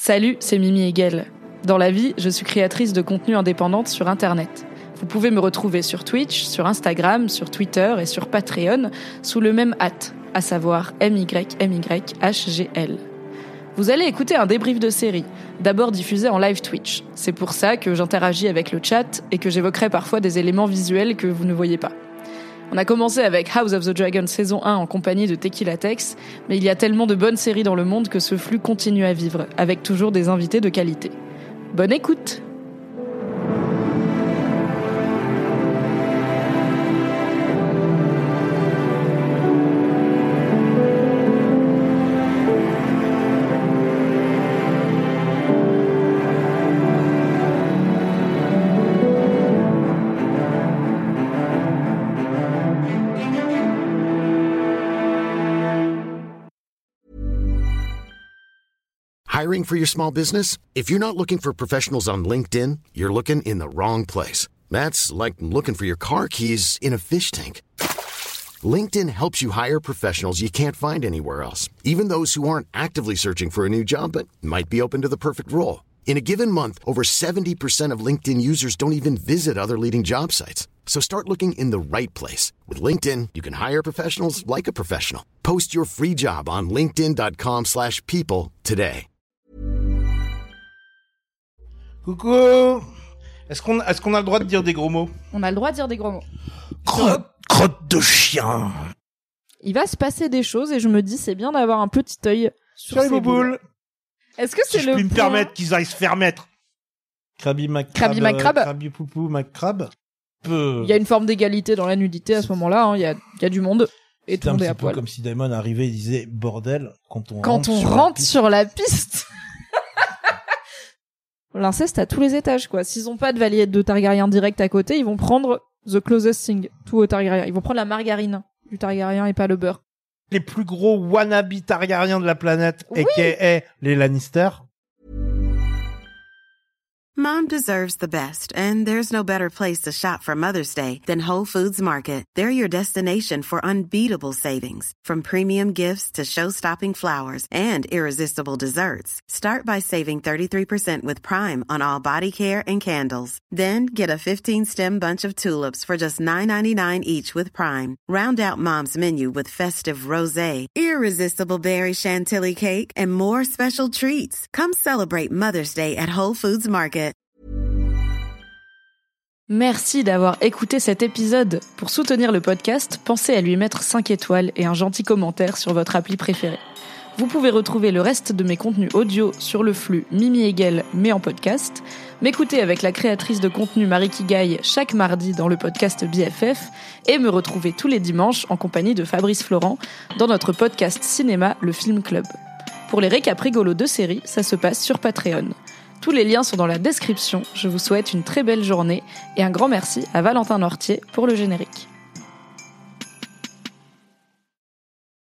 Salut, c'est Mimi Hegel. Dans la vie, je suis créatrice de contenu indépendante sur Internet. Vous pouvez me retrouver sur Twitch, sur Instagram, sur Twitter et sur Patreon sous le même @ à savoir MYMYHGL. Vous allez écouter un débrief de série, d'abord diffusé en live Twitch. C'est pour ça que j'interagis avec le chat et que j'évoquerai parfois des éléments visuels que vous ne voyez pas. On a commencé avec House of the Dragon saison 1 en compagnie de Tequila Tex, mais il y a tellement de bonnes séries dans le monde que ce flux continue à vivre, avec toujours des invités de qualité. Bonne écoute! Hiring for your small business? If you're not looking for professionals on LinkedIn, you're looking in the wrong place. That's like looking for your car keys in a fish tank. LinkedIn helps you hire professionals you can't find anywhere else, even those who aren't actively searching for a new job but might be open to the perfect role. In a given month, over 70% of LinkedIn users don't even visit other leading job sites. So start looking in the right place. With LinkedIn, you can hire professionals like a professional. Post your free job on linkedin.com/people today. Coucou. Est-ce qu'on a le droit de dire des gros mots? On a le droit de dire des gros mots. Crotte de chien. Il va se passer des choses et je me dis c'est bien d'avoir un petit œil sur les ces boules. boules. Est-ce que c'est si le je puis me point... permettre qu'ils aillent se faire mettre. Krabby McCrab. Krabby Poupou McCrab. Il y a une forme d'égalité dans la nudité à ce moment-là, hein. Il y a du monde et tout le monde est à poil. C'est comme si Damon arrivait et disait bordel quand on rentre sur la piste. L'inceste à tous les étages, quoi. S'ils ont pas de valier de Targaryen direct à côté, ils vont prendre the closest thing to a Targaryen. Ils vont prendre la margarine du Targaryen et pas le beurre. Les plus gros wannabe Targaryens de la planète, oui. a.k.a. les Lannister. Mom deserves the best, and there's no better place to shop for Mother's Day than Whole Foods Market. They're your destination for unbeatable savings, from premium gifts to show-stopping flowers and irresistible desserts. Start by saving 33% with Prime on all body care and candles. Then get a 15-stem bunch of tulips for just $9.99 each with Prime. Round out Mom's menu with festive rosé, irresistible berry chantilly cake, and more special treats. Come celebrate Mother's Day at Whole Foods Market. Merci d'avoir écouté cet épisode. Pour soutenir le podcast, pensez à lui mettre 5 étoiles et un gentil commentaire sur votre appli préférée. Vous pouvez retrouver le reste de mes contenus audio sur le flux Mimi Hegel, mais en podcast, m'écouter avec la créatrice de contenu Marie Kigaille chaque mardi dans le podcast BFF et me retrouver tous les dimanches en compagnie de Fabrice Florent dans notre podcast cinéma Le Film Club. Pour les récaps rigolos de séries, ça se passe sur Patreon. Tous les liens sont dans la description. Je vous souhaite une très belle journée et un grand merci à Valentin Nortier pour le générique.